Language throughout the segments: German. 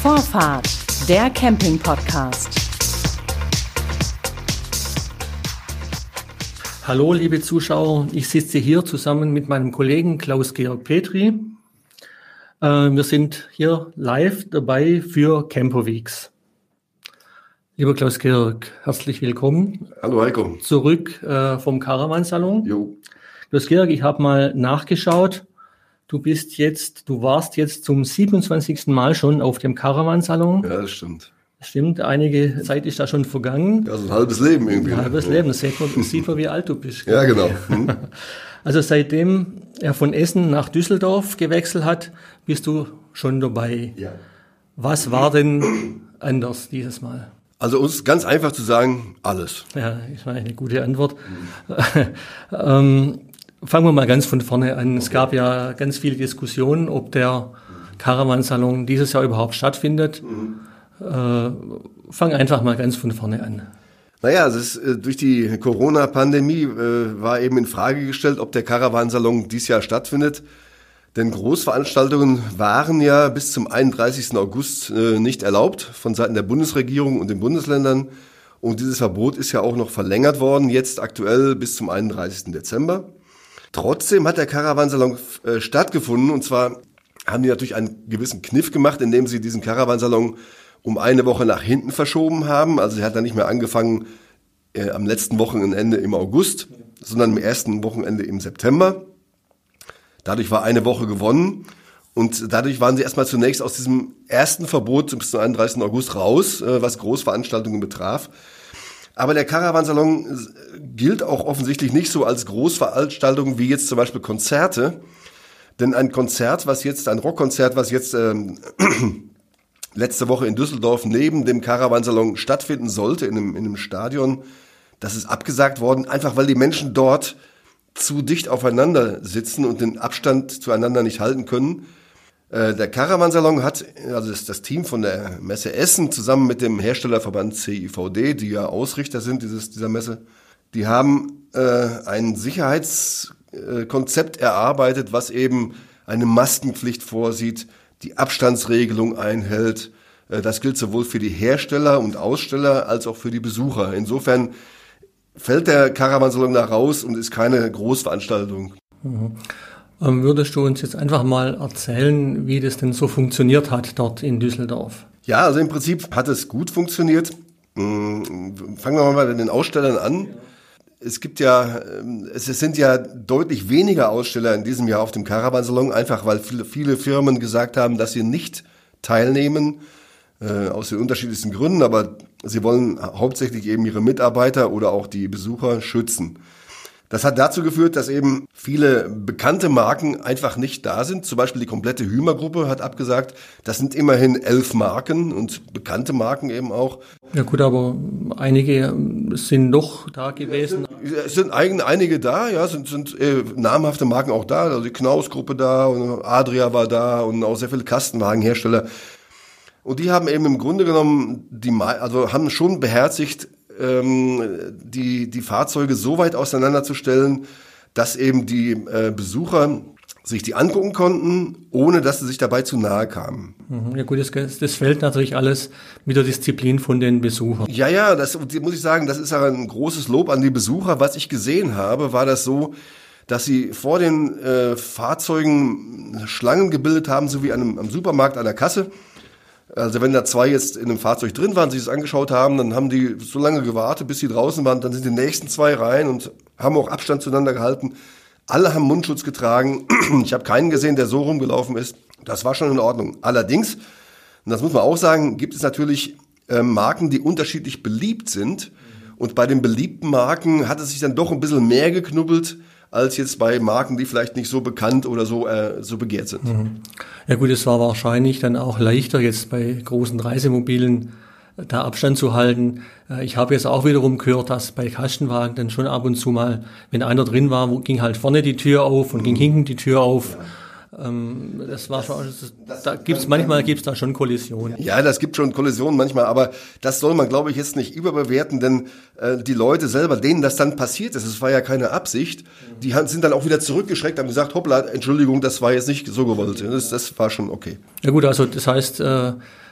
Vorfahrt, der Camping-Podcast. Hallo liebe Zuschauer, ich sitze hier zusammen mit meinem Kollegen Klaus-Georg Petri. Wir sind hier live dabei für Camperweeks. Lieber Klaus-Georg, herzlich willkommen. Hallo Heiko. Zurück vom Caravansalon. Jo. Klaus-Georg, ich habe mal nachgeschaut. Du warst jetzt zum 27. Mal schon auf dem Caravansalon. Ja, das stimmt. Stimmt, einige Zeit ist da schon vergangen. Ja, so ein halbes Leben irgendwie. Ein halbes Leben, das sieht man, wie alt du bist. Ja, genau. Also seitdem er von Essen nach Düsseldorf gewechselt hat, bist du schon dabei. Ja. Was war denn anders dieses Mal? Also uns ganz einfach zu sagen, alles. Ja, ist eine gute Antwort. Fangen wir mal ganz von vorne an. Es gab ja ganz viele Diskussionen, ob der Caravansalon dieses Jahr überhaupt stattfindet. Fang einfach mal ganz von vorne an. Naja, durch die Corona-Pandemie war eben in Frage gestellt, ob der Caravansalon dieses Jahr stattfindet. Denn Großveranstaltungen waren ja bis zum 31. August nicht erlaubt von Seiten der Bundesregierung und den Bundesländern. Und dieses Verbot ist ja auch noch verlängert worden, jetzt aktuell bis zum 31. Dezember. Trotzdem hat der Caravansalon stattgefunden, und zwar haben die natürlich einen gewissen Kniff gemacht, indem sie diesen Caravansalon um eine Woche nach hinten verschoben haben. Also er hat dann nicht mehr angefangen am letzten Wochenende im August, sondern am ersten Wochenende im September. Dadurch war eine Woche gewonnen und dadurch waren sie erstmal zunächst aus diesem ersten Verbot bis zum 31. August raus, was Großveranstaltungen betraf. Aber der Caravansalon gilt auch offensichtlich nicht so als Großveranstaltung wie jetzt zum Beispiel Konzerte. Denn ein Rockkonzert, was jetzt letzte Woche in Düsseldorf neben dem Caravansalon stattfinden sollte, in einem Stadion, das ist abgesagt worden, einfach weil die Menschen dort zu dicht aufeinander sitzen und den Abstand zueinander nicht halten können. Der Caravansalon hat, also das Team von der Messe Essen zusammen mit dem Herstellerverband CIVD, die ja Ausrichter sind dieser Messe, die haben ein Sicherheitskonzept erarbeitet, was eben eine Maskenpflicht vorsieht, die Abstandsregelung einhält. Das gilt sowohl für die Hersteller und Aussteller als auch für die Besucher. Insofern fällt der Caravansalon da raus und ist keine Großveranstaltung. Mhm. Würdest du uns jetzt einfach mal erzählen, wie das denn so funktioniert hat dort in Düsseldorf? Ja, also im Prinzip hat es gut funktioniert. Fangen wir mal bei den Ausstellern an. Es sind ja deutlich weniger Aussteller in diesem Jahr auf dem Caravansalon, einfach weil viele Firmen gesagt haben, dass sie nicht teilnehmen, aus den unterschiedlichsten Gründen, aber sie wollen hauptsächlich eben ihre Mitarbeiter oder auch die Besucher schützen. Das hat dazu geführt, dass eben viele bekannte Marken einfach nicht da sind. Zum Beispiel die komplette Hümer-Gruppe hat abgesagt. Das sind immerhin 11 Marken und bekannte Marken eben auch. Ja gut, aber einige sind doch da gewesen. Es sind einige da, ja, sind namhafte Marken auch da. Also die Knaus-Gruppe da und Adria war da und auch sehr viele Kastenwagenhersteller. Und die haben eben im Grunde genommen haben schon beherzigt, die Fahrzeuge so weit auseinanderzustellen, dass eben die Besucher sich die angucken konnten, ohne dass sie sich dabei zu nahe kamen. Ja gut, das fällt natürlich alles mit der Disziplin von den Besuchern. Ja, das muss ich sagen, das ist aber ein großes Lob an die Besucher. Was ich gesehen habe, war das so, dass sie vor den Fahrzeugen Schlangen gebildet haben, so wie am Supermarkt an der Kasse. Also wenn da zwei jetzt in einem Fahrzeug drin waren, sich das angeschaut haben, dann haben die so lange gewartet, bis sie draußen waren, dann sind die nächsten zwei rein und haben auch Abstand zueinander gehalten. Alle haben Mundschutz getragen. Ich habe keinen gesehen, der so rumgelaufen ist. Das war schon in Ordnung. Allerdings, und das muss man auch sagen, gibt es natürlich Marken, die unterschiedlich beliebt sind. Und bei den beliebten Marken hat es sich dann doch ein bisschen mehr geknubbelt, als jetzt bei Marken, die vielleicht nicht so bekannt oder so begehrt sind. Ja gut, es war wahrscheinlich dann auch leichter, jetzt bei großen Reisemobilen da Abstand zu halten. Ich habe jetzt auch wiederum gehört, dass bei Kastenwagen dann schon ab und zu mal, wenn einer drin war, ging halt vorne die Tür auf und ging hinten die Tür auf. Das war schon, manchmal gibt's da schon Kollisionen. Ja, das gibt schon Kollisionen manchmal, aber das soll man, glaube ich, jetzt nicht überbewerten, denn die Leute selber, denen das dann passiert ist, es war ja keine Absicht, die sind dann auch wieder zurückgeschreckt, haben gesagt, hoppla, Entschuldigung, das war jetzt nicht so gewollt. Das war schon okay. Ja gut, also das heißt,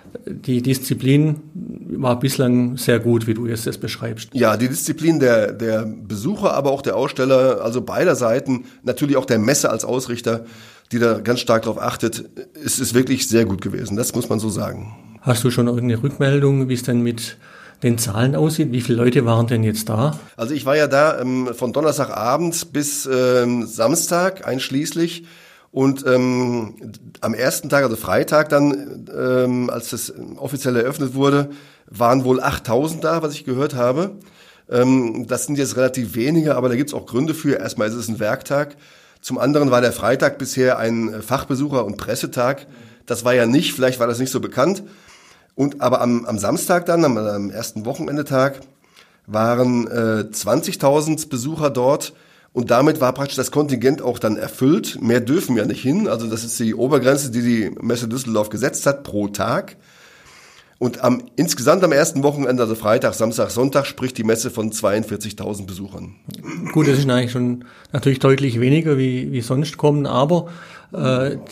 die Disziplin war bislang sehr gut, wie du jetzt das beschreibst. Ja, die Disziplin der Besucher, aber auch der Aussteller, also beider Seiten, natürlich auch der Messe als Ausrichter, die da ganz stark darauf achtet, ist wirklich sehr gut gewesen. Das muss man so sagen. Hast du schon irgendeine Rückmeldung, wie es denn mit den Zahlen aussieht? Wie viele Leute waren denn jetzt da? Also ich war ja da von Donnerstagabend bis Samstag einschließlich. Und am ersten Tag, also Freitag dann, als das offiziell eröffnet wurde, waren wohl 8.000 da, was ich gehört habe. Das sind jetzt relativ wenige, aber da gibt's auch Gründe für. Erstmal ist es ein Werktag. Zum anderen war der Freitag bisher ein Fachbesucher- und Pressetag. Das war ja nicht, vielleicht war das nicht so bekannt. Aber am Samstag dann, am ersten Wochenendetag, waren 20.000 Besucher dort. Und damit war praktisch das Kontingent auch dann erfüllt. Mehr dürfen ja nicht hin. Also das ist die Obergrenze, die die Messe Düsseldorf gesetzt hat pro Tag. Und insgesamt am ersten Wochenende, also Freitag, Samstag, Sonntag, spricht die Messe von 42.000 Besuchern. Gut, das ist eigentlich schon natürlich deutlich weniger, wie sonst kommen. Aber es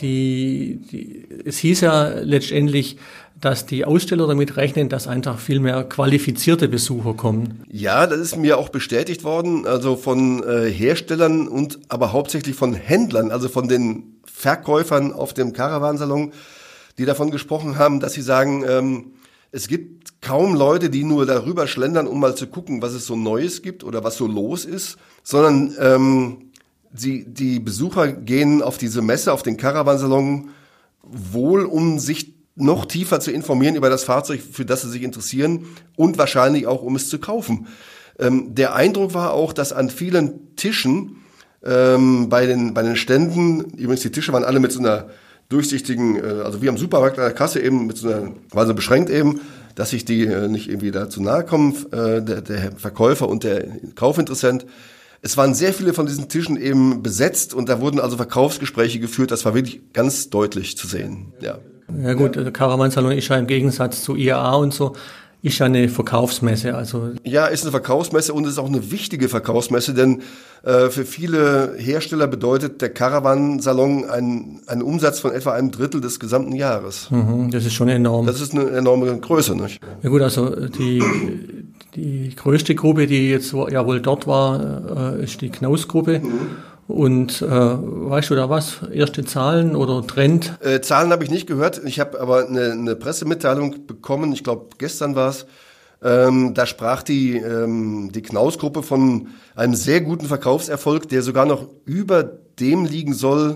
hieß ja letztendlich, dass die Aussteller damit rechnen, dass einfach viel mehr qualifizierte Besucher kommen. Ja, das ist mir auch bestätigt worden, also von Herstellern und aber hauptsächlich von Händlern, also von den Verkäufern auf dem Caravansalon, die davon gesprochen haben, dass sie sagen, es gibt kaum Leute, die nur darüber schlendern, um mal zu gucken, was es so Neues gibt oder was so los ist, sondern die Besucher gehen auf diese Messe, auf den Caravansalon, wohl um sich noch tiefer zu informieren über das Fahrzeug, für das sie sich interessieren und wahrscheinlich auch, um es zu kaufen. Der Eindruck war auch, dass an vielen Tischen bei den Ständen, übrigens die Tische waren alle mit so einer durchsichtigen, also wie am Supermarkt an der Kasse eben, mit so einer, war so beschränkt eben, dass sich die nicht irgendwie da zu nahe kommen, der Verkäufer und der Kaufinteressent. Es waren sehr viele von diesen Tischen eben besetzt und da wurden also Verkaufsgespräche geführt. Das war wirklich ganz deutlich zu sehen, ja. Ja gut, der Caravansalon ist ja im Gegensatz zu IAA und so, ist ja eine Verkaufsmesse. Also ja, ist eine Verkaufsmesse und ist auch eine wichtige Verkaufsmesse, denn für viele Hersteller bedeutet der Caravansalon einen Umsatz von etwa 1/3 des gesamten Jahres. Das ist schon enorm. Das ist eine enorme Größe, nicht? Ja gut, also die größte Gruppe, die jetzt ja wohl dort war, ist die Knaus-Gruppe. Und weißt du da was? Erste Zahlen oder Trend? Zahlen habe ich nicht gehört. Ich habe aber eine Pressemitteilung bekommen. Ich glaube, gestern war es. Da sprach die Knaus-Gruppe von einem sehr guten Verkaufserfolg, der sogar noch über dem liegen soll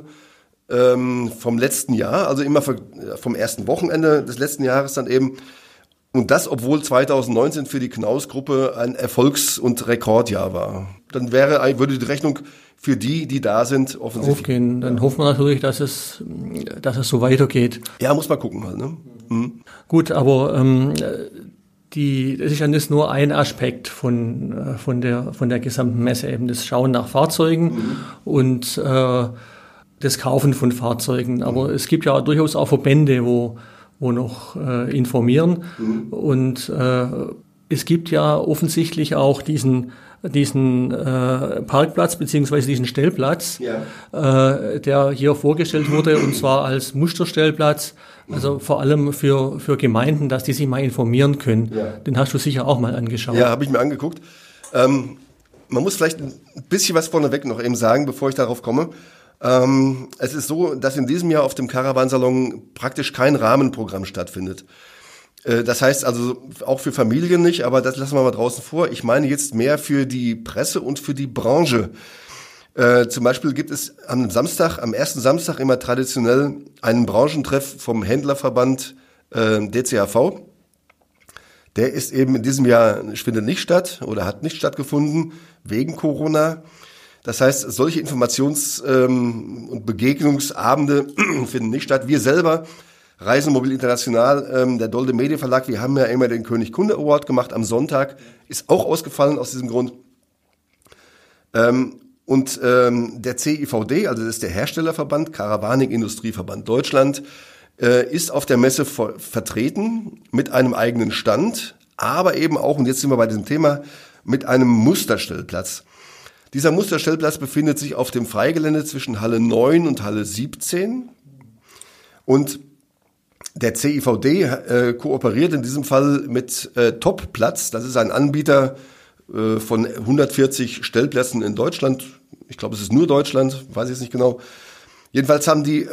vom letzten Jahr. Also immer vom ersten Wochenende des letzten Jahres dann eben. Und das, obwohl 2019 für die Knaus-Gruppe ein Erfolgs- und Rekordjahr war. Dann würde die Rechnung für die da sind, offensichtlich aufgehen. Dann hoffen wir natürlich, dass es so weitergeht. Ja, muss man gucken halt, ne? Gut, aber das ist ja nicht nur ein Aspekt von der gesamten Messe, eben das Schauen nach Fahrzeugen und das Kaufen von Fahrzeugen. Aber es gibt ja durchaus auch Verbände, wo noch informieren. Und es gibt ja offensichtlich auch diesen Parkplatz beziehungsweise diesen Stellplatz, der hier vorgestellt wurde, und zwar als Musterstellplatz, also vor allem für Gemeinden, dass die sich mal informieren können. Ja. Den hast du sicher auch mal angeschaut. Ja, habe ich mir angeguckt. Man muss vielleicht ein bisschen was vorneweg noch eben sagen, bevor ich darauf komme. Es ist so, dass in diesem Jahr auf dem Caravansalon praktisch kein Rahmenprogramm stattfindet. Das heißt also auch für Familien nicht, aber das lassen wir mal draußen vor. Ich meine jetzt mehr für die Presse und für die Branche. Zum Beispiel gibt es am ersten Samstag immer traditionell einen Branchentreff vom Händlerverband DCHV. Der ist eben in diesem Jahr, findet nicht statt oder hat nicht stattgefunden wegen Corona. Das heißt, solche Informations- und Begegnungsabende finden nicht statt. Wir selber, Reisemobil International, der Dolde Media Verlag, wir haben ja immer den König Kunde Award gemacht am Sonntag, ist auch ausgefallen aus diesem Grund. Und der CIVD, also das ist der Herstellerverband, Caravaning Industrieverband Deutschland, ist auf der Messe vertreten mit einem eigenen Stand, aber eben auch, und jetzt sind wir bei diesem Thema, mit einem Musterstellplatz. Dieser Musterstellplatz befindet sich auf dem Freigelände zwischen Halle 9 und Halle 17 und Der CIVD kooperiert in diesem Fall mit Topplatz. Das ist ein Anbieter von 140 Stellplätzen in Deutschland. Ich glaube, es ist nur Deutschland, weiß ich jetzt nicht genau. Jedenfalls haben die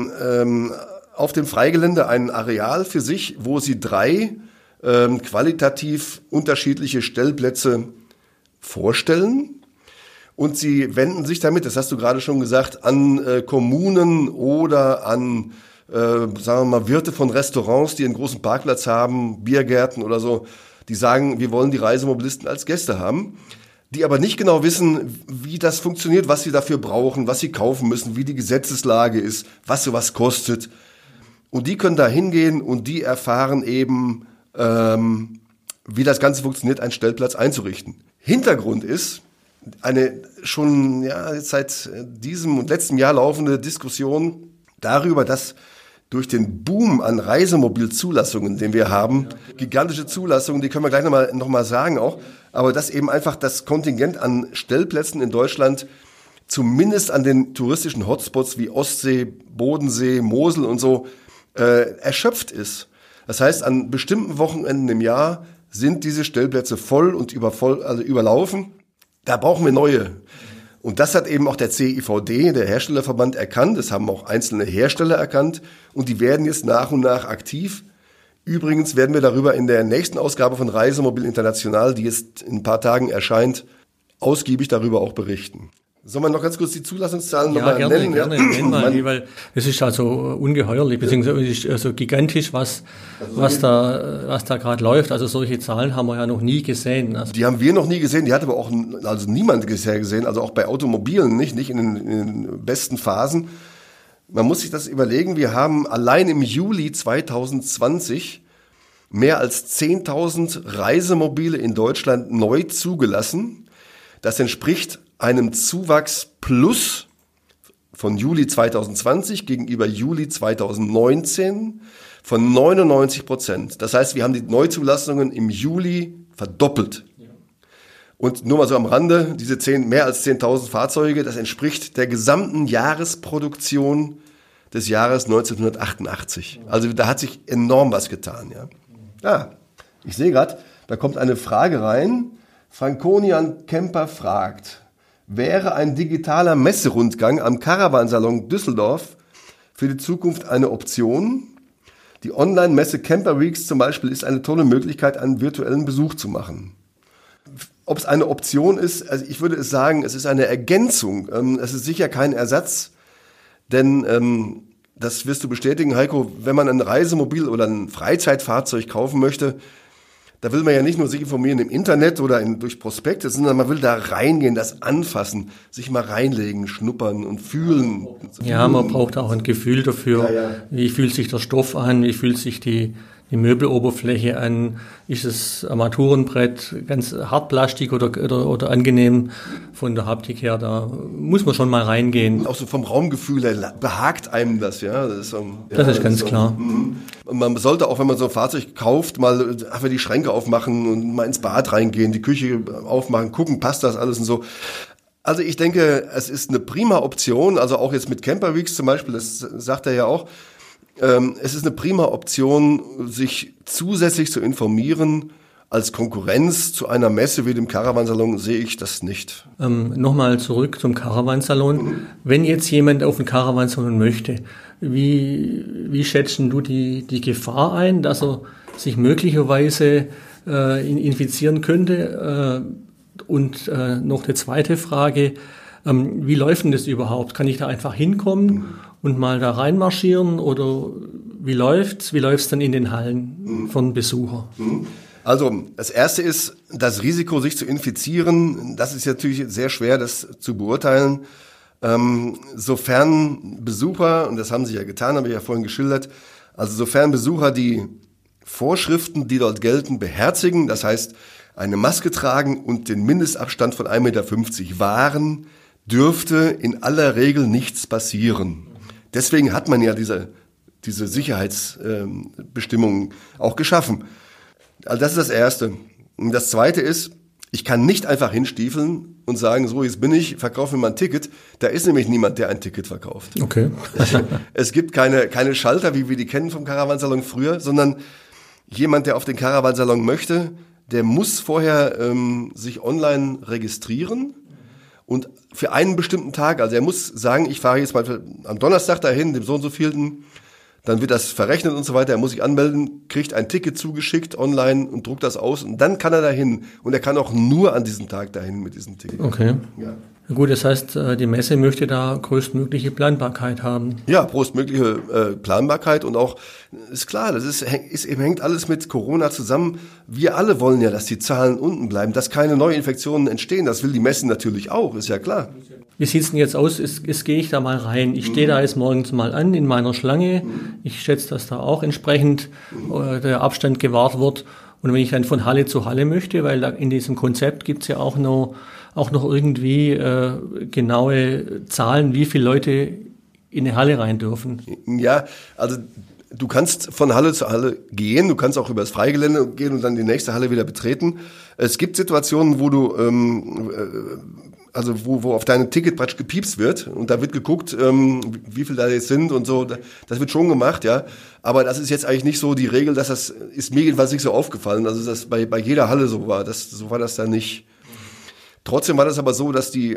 auf dem Freigelände ein Areal für sich, wo sie 3 qualitativ unterschiedliche Stellplätze vorstellen. Und sie wenden sich damit, das hast du gerade schon gesagt, an Kommunen oder an, sagen wir mal, Wirte von Restaurants, die einen großen Parkplatz haben, Biergärten oder so. Die sagen, wir wollen die Reisemobilisten als Gäste haben, die aber nicht genau wissen, wie das funktioniert, was sie dafür brauchen, was sie kaufen müssen, wie die Gesetzeslage ist, was sowas kostet. Und die können da hingehen und die erfahren eben, wie das Ganze funktioniert, einen Stellplatz einzurichten. Hintergrund ist eine schon seit diesem und letztem Jahr laufende Diskussion darüber, dass durch den Boom an Reisemobilzulassungen, den wir haben, gigantische Zulassungen, die können wir gleich noch mal sagen auch, aber dass eben einfach das Kontingent an Stellplätzen in Deutschland zumindest an den touristischen Hotspots wie Ostsee, Bodensee, Mosel und so erschöpft ist. Das heißt, an bestimmten Wochenenden im Jahr sind diese Stellplätze voll und überlaufen. Da brauchen wir neue. Und das hat eben auch der CIVD, der Herstellerverband, erkannt. Das haben auch einzelne Hersteller erkannt. Und die werden jetzt nach und nach aktiv. Übrigens werden wir darüber in der nächsten Ausgabe von Reisemobil International, die jetzt in ein paar Tagen erscheint, ausgiebig darüber auch berichten. Sollen wir noch ganz kurz die Zulassungszahlen nochmal nennen? Gerne, weil es ist also ungeheuerlich, beziehungsweise es ist so gigantisch, was da gerade läuft. Also solche Zahlen haben wir ja noch nie gesehen. Also die haben wir noch nie gesehen, die hat aber auch niemand bisher gesehen, also auch bei Automobilen nicht in den besten Phasen. Man muss sich das überlegen, wir haben allein im Juli 2020 mehr als 10.000 Reisemobile in Deutschland neu zugelassen. Das entspricht einem Zuwachs plus von Juli 2020 gegenüber Juli 2019 von 99%. Das heißt, wir haben die Neuzulassungen im Juli verdoppelt. Und nur mal so am Rande, diese mehr als 10.000 Fahrzeuge, das entspricht der gesamten Jahresproduktion des Jahres 1988. Also da hat sich enorm was getan. Ich sehe gerade, da kommt eine Frage rein. Franconian Kemper fragt: Wäre ein digitaler Messerundgang am Caravansalon Düsseldorf für die Zukunft eine Option? Die Online-Messe Camper Weeks zum Beispiel ist eine tolle Möglichkeit, einen virtuellen Besuch zu machen. Ob es eine Option ist, also ich würde es sagen, es ist eine Ergänzung. Es ist sicher kein Ersatz, denn das wirst du bestätigen, Heiko, wenn man ein Reisemobil oder ein Freizeitfahrzeug kaufen möchte, da will man ja nicht nur sich informieren im Internet oder durch Prospekte, sondern man will da reingehen, das anfassen, sich mal reinlegen, schnuppern und fühlen. Ja, man braucht auch ein Gefühl dafür, Wie fühlt sich der Stoff an, wie fühlt sich die Möbeloberfläche an, ist es Armaturenbrett ganz hartplastik oder angenehm von der Haptik her, da muss man schon mal reingehen. Auch so vom Raumgefühl her behagt einem das, ja. Das ist ganz klar. Und man sollte auch, wenn man so ein Fahrzeug kauft, mal einfach die Schränke aufmachen und mal ins Bad reingehen, die Küche aufmachen, gucken, passt das alles und so. Also ich denke, es ist eine prima Option, also auch jetzt mit Camper Weeks zum Beispiel, das sagt er ja auch, es ist eine prima Option, sich zusätzlich zu informieren. Als Konkurrenz zu einer Messe wie dem Caravansalon sehe ich das nicht. Nochmal zurück zum Caravansalon. Wenn jetzt jemand auf den Caravansalon möchte, wie schätzen du die Gefahr ein, dass er sich möglicherweise infizieren könnte? Und noch eine zweite Frage, wie läuft denn das überhaupt? Kann ich da einfach hinkommen und mal da reinmarschieren oder wie läuft's dann in den Hallen von Besucher? Also das erste ist, das Risiko, sich zu infizieren, das ist natürlich sehr schwer, das zu beurteilen. Sofern Besucher, und das haben sie ja getan, habe ich ja vorhin geschildert, also sofern Besucher die Vorschriften, die dort gelten, beherzigen, das heißt eine Maske tragen und den Mindestabstand von 1,50 Meter wahren, dürfte in aller Regel nichts passieren. Deswegen hat man ja diese Sicherheitsbestimmungen auch geschaffen. Also das ist das Erste. Und das Zweite ist, Ich kann nicht einfach hinstiefeln und sagen, so, jetzt bin ich, verkaufe mir mal ein Ticket. Da ist nämlich niemand, der ein Ticket verkauft. Okay. Es gibt keine Schalter, wie wir die kennen vom Caravansalon früher, sondern jemand, der auf den Caravansalon möchte, der muss vorher sich online registrieren und für einen bestimmten Tag, also er muss sagen, ich fahre jetzt mal am Donnerstag dahin, dem so und so vielten, dann wird das verrechnet und so weiter. Er muss sich anmelden, kriegt ein Ticket zugeschickt online und druckt das aus. Und dann kann er dahin. Und er kann auch nur an diesem Tag dahin mit diesem Ticket. Okay. Ja. Gut, das heißt, die Messe möchte da größtmögliche Planbarkeit haben. Ja, größtmögliche Planbarkeit. Und auch, ist klar, hängt alles mit Corona zusammen. Wir alle wollen ja, dass die Zahlen unten bleiben, dass keine Neuinfektionen entstehen. Das will die Messe natürlich auch, ist ja klar. Wie sieht's denn jetzt aus? Jetzt gehe ich da mal rein. Ich stehe da jetzt morgens mal an in meiner Schlange. Ich schätze, dass da auch entsprechend der Abstand gewahrt wird. Und wenn ich dann von Halle zu Halle möchte, weil da in diesem Konzept gibt's ja auch noch irgendwie genaue Zahlen, wie viele Leute in eine Halle rein dürfen. Ja, also du kannst von Halle zu Halle gehen, du kannst auch über das Freigelände gehen und dann die nächste Halle wieder betreten. Es gibt Situationen, wo du wo auf deinem Ticket praktisch gepiepst wird und da wird geguckt, wie viel da jetzt sind und so. Das wird schon gemacht, ja. Aber das ist jetzt eigentlich nicht so die Regel, ist mir jedenfalls nicht so aufgefallen. Also das bei jeder Halle so war. So war das da nicht. Trotzdem war das aber so, dass die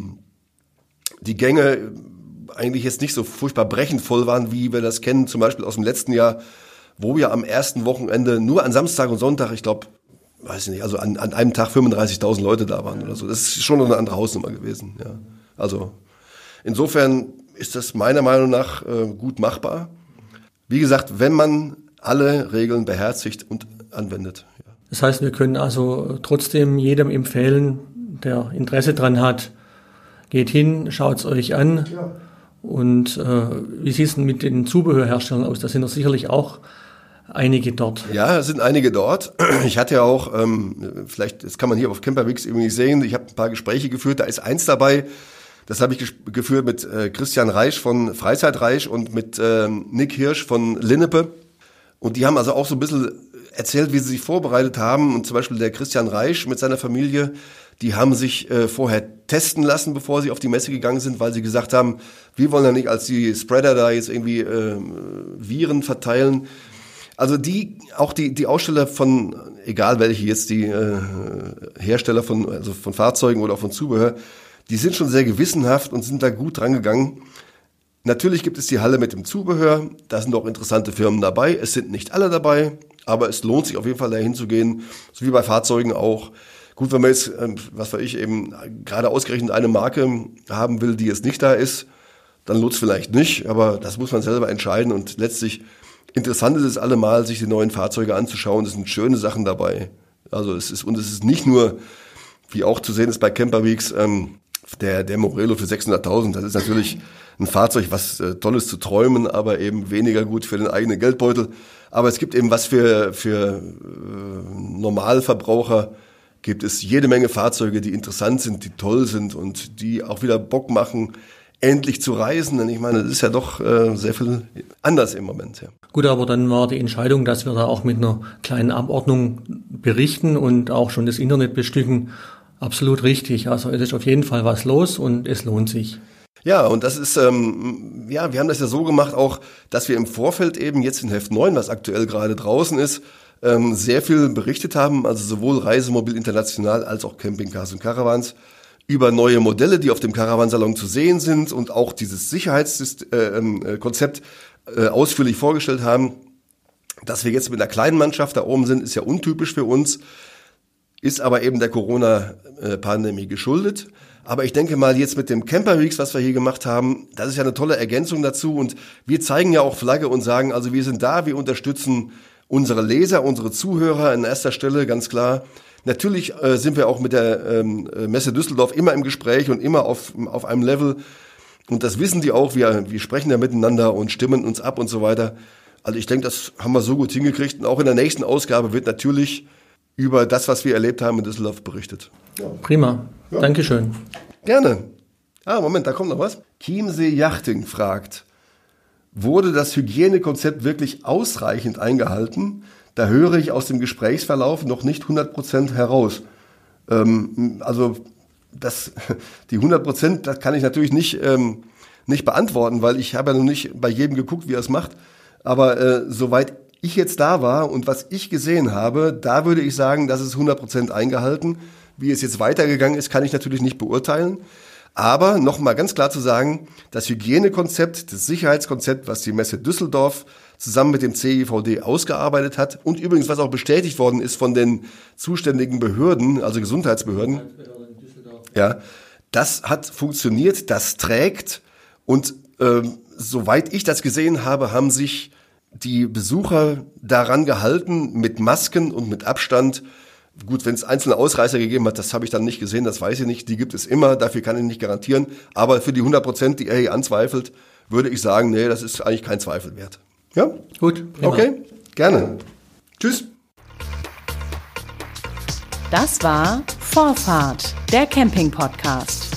Gänge eigentlich jetzt nicht so furchtbar brechend voll waren, wie wir das kennen, zum Beispiel aus dem letzten Jahr, wo wir am ersten Wochenende nur an Samstag und Sonntag, ich glaube, weiß ich nicht, also an einem Tag 35.000 Leute da waren oder so. Das ist schon noch eine andere Hausnummer gewesen. Ja. Also insofern ist das meiner Meinung nach gut machbar. Wie gesagt, wenn man alle Regeln beherzigt und anwendet. Ja. Das heißt, wir können also trotzdem jedem empfehlen, der Interesse dran hat, geht hin, schaut's euch an. Ja. Und wie sieht es denn mit den Zubehörherstellern aus? Da sind doch sicherlich auch einige dort. Ja, es sind einige dort. Ich hatte ja auch, vielleicht, das kann man hier auf Camperweeks irgendwie sehen, ich habe ein paar Gespräche geführt, da ist eins dabei, das habe ich geführt mit Christian Reisch von Freizeitreisch und mit Nick Hirsch von Linnepe. Und die haben also auch so ein bisschen erzählt, wie sie sich vorbereitet haben. Und zum Beispiel der Christian Reisch mit seiner Familie, die haben sich vorher testen lassen, bevor sie auf die Messe gegangen sind, weil sie gesagt haben, wir wollen ja nicht als die Spreader da jetzt irgendwie Viren verteilen. Also die Aussteller von, egal welche jetzt, die Hersteller von Fahrzeugen oder auch von Zubehör, die sind schon sehr gewissenhaft und sind da gut dran gegangen. Natürlich gibt es die Halle mit dem Zubehör, da sind auch interessante Firmen dabei, es sind nicht alle dabei, aber es lohnt sich auf jeden Fall da hinzugehen, so wie bei Fahrzeugen auch. Gut, wenn man jetzt, was weiß ich, eben gerade ausgerechnet eine Marke haben will, die jetzt nicht da ist, dann lohnt es vielleicht nicht, aber das muss man selber entscheiden und letztlich interessant ist es allemal, sich die neuen Fahrzeuge anzuschauen. Es sind schöne Sachen dabei. Also es ist nicht nur, wie auch zu sehen ist bei Camperweeks, der Morelo für 600.000. Das ist natürlich ein Fahrzeug, was toll ist zu träumen, aber eben weniger gut für den eigenen Geldbeutel. Aber es gibt eben was für Normalverbraucher, gibt es jede Menge Fahrzeuge, die interessant sind, die toll sind und die auch wieder Bock machen, endlich zu reisen, denn ich meine, das ist ja doch sehr viel anders im Moment. Ja. Gut, aber dann war die Entscheidung, dass wir da auch mit einer kleinen Abordnung berichten und auch schon das Internet bestücken, absolut richtig. Also es ist auf jeden Fall was los und es lohnt sich. Ja, und das ist, wir haben das ja so gemacht auch, dass wir im Vorfeld eben jetzt in Heft 9, was aktuell gerade draußen ist, sehr viel berichtet haben, also sowohl Reisemobil International als auch Campingcars und Caravans, über neue Modelle, die auf dem Caravansalon zu sehen sind und auch dieses Sicherheitskonzept ausführlich vorgestellt haben. Dass wir jetzt mit einer kleinen Mannschaft da oben sind, ist ja untypisch für uns, ist aber eben der Corona-Pandemie geschuldet. Aber ich denke mal, jetzt mit dem Camperweeks, was wir hier gemacht haben, das ist ja eine tolle Ergänzung dazu. Und wir zeigen ja auch Flagge und sagen, also wir sind da, wir unterstützen unsere Leser, unsere Zuhörer an erster Stelle, ganz klar. Natürlich sind wir auch mit der Messe Düsseldorf immer im Gespräch und immer auf einem Level. Und das wissen die auch. Wir sprechen ja miteinander und stimmen uns ab und so weiter. Also ich denke, das haben wir so gut hingekriegt. Und auch in der nächsten Ausgabe wird natürlich über das, was wir erlebt haben in Düsseldorf, berichtet. Ja. Prima. Ja. Dankeschön. Gerne. Moment, da kommt noch was. Chiemsee Yachting fragt, wurde das Hygienekonzept wirklich ausreichend eingehalten? Da höre ich aus dem Gesprächsverlauf noch nicht 100% heraus. Also die 100%, das kann ich natürlich nicht beantworten, weil ich habe ja noch nicht bei jedem geguckt, wie er es macht. Aber soweit ich jetzt da war und was ich gesehen habe, da würde ich sagen, das ist 100% eingehalten. Wie es jetzt weitergegangen ist, kann ich natürlich nicht beurteilen. Aber nochmal ganz klar zu sagen, das Hygienekonzept, das Sicherheitskonzept, was die Messe Düsseldorf zusammen mit dem CIVD ausgearbeitet hat und übrigens, was auch bestätigt worden ist von den zuständigen Behörden, also Gesundheitsbehörden, ja, das hat funktioniert, das trägt und soweit ich das gesehen habe, haben sich die Besucher daran gehalten, mit Masken und mit Abstand. Gut, wenn es einzelne Ausreißer gegeben hat, das habe ich dann nicht gesehen, das weiß ich nicht, die gibt es immer, dafür kann ich nicht garantieren. Aber für die 100%, die er hier anzweifelt, würde ich sagen, nee, das ist eigentlich kein Zweifel wert. Ja? Gut. Prima. Okay, gerne. Tschüss. Das war Vorfahrt, der Camping-Podcast.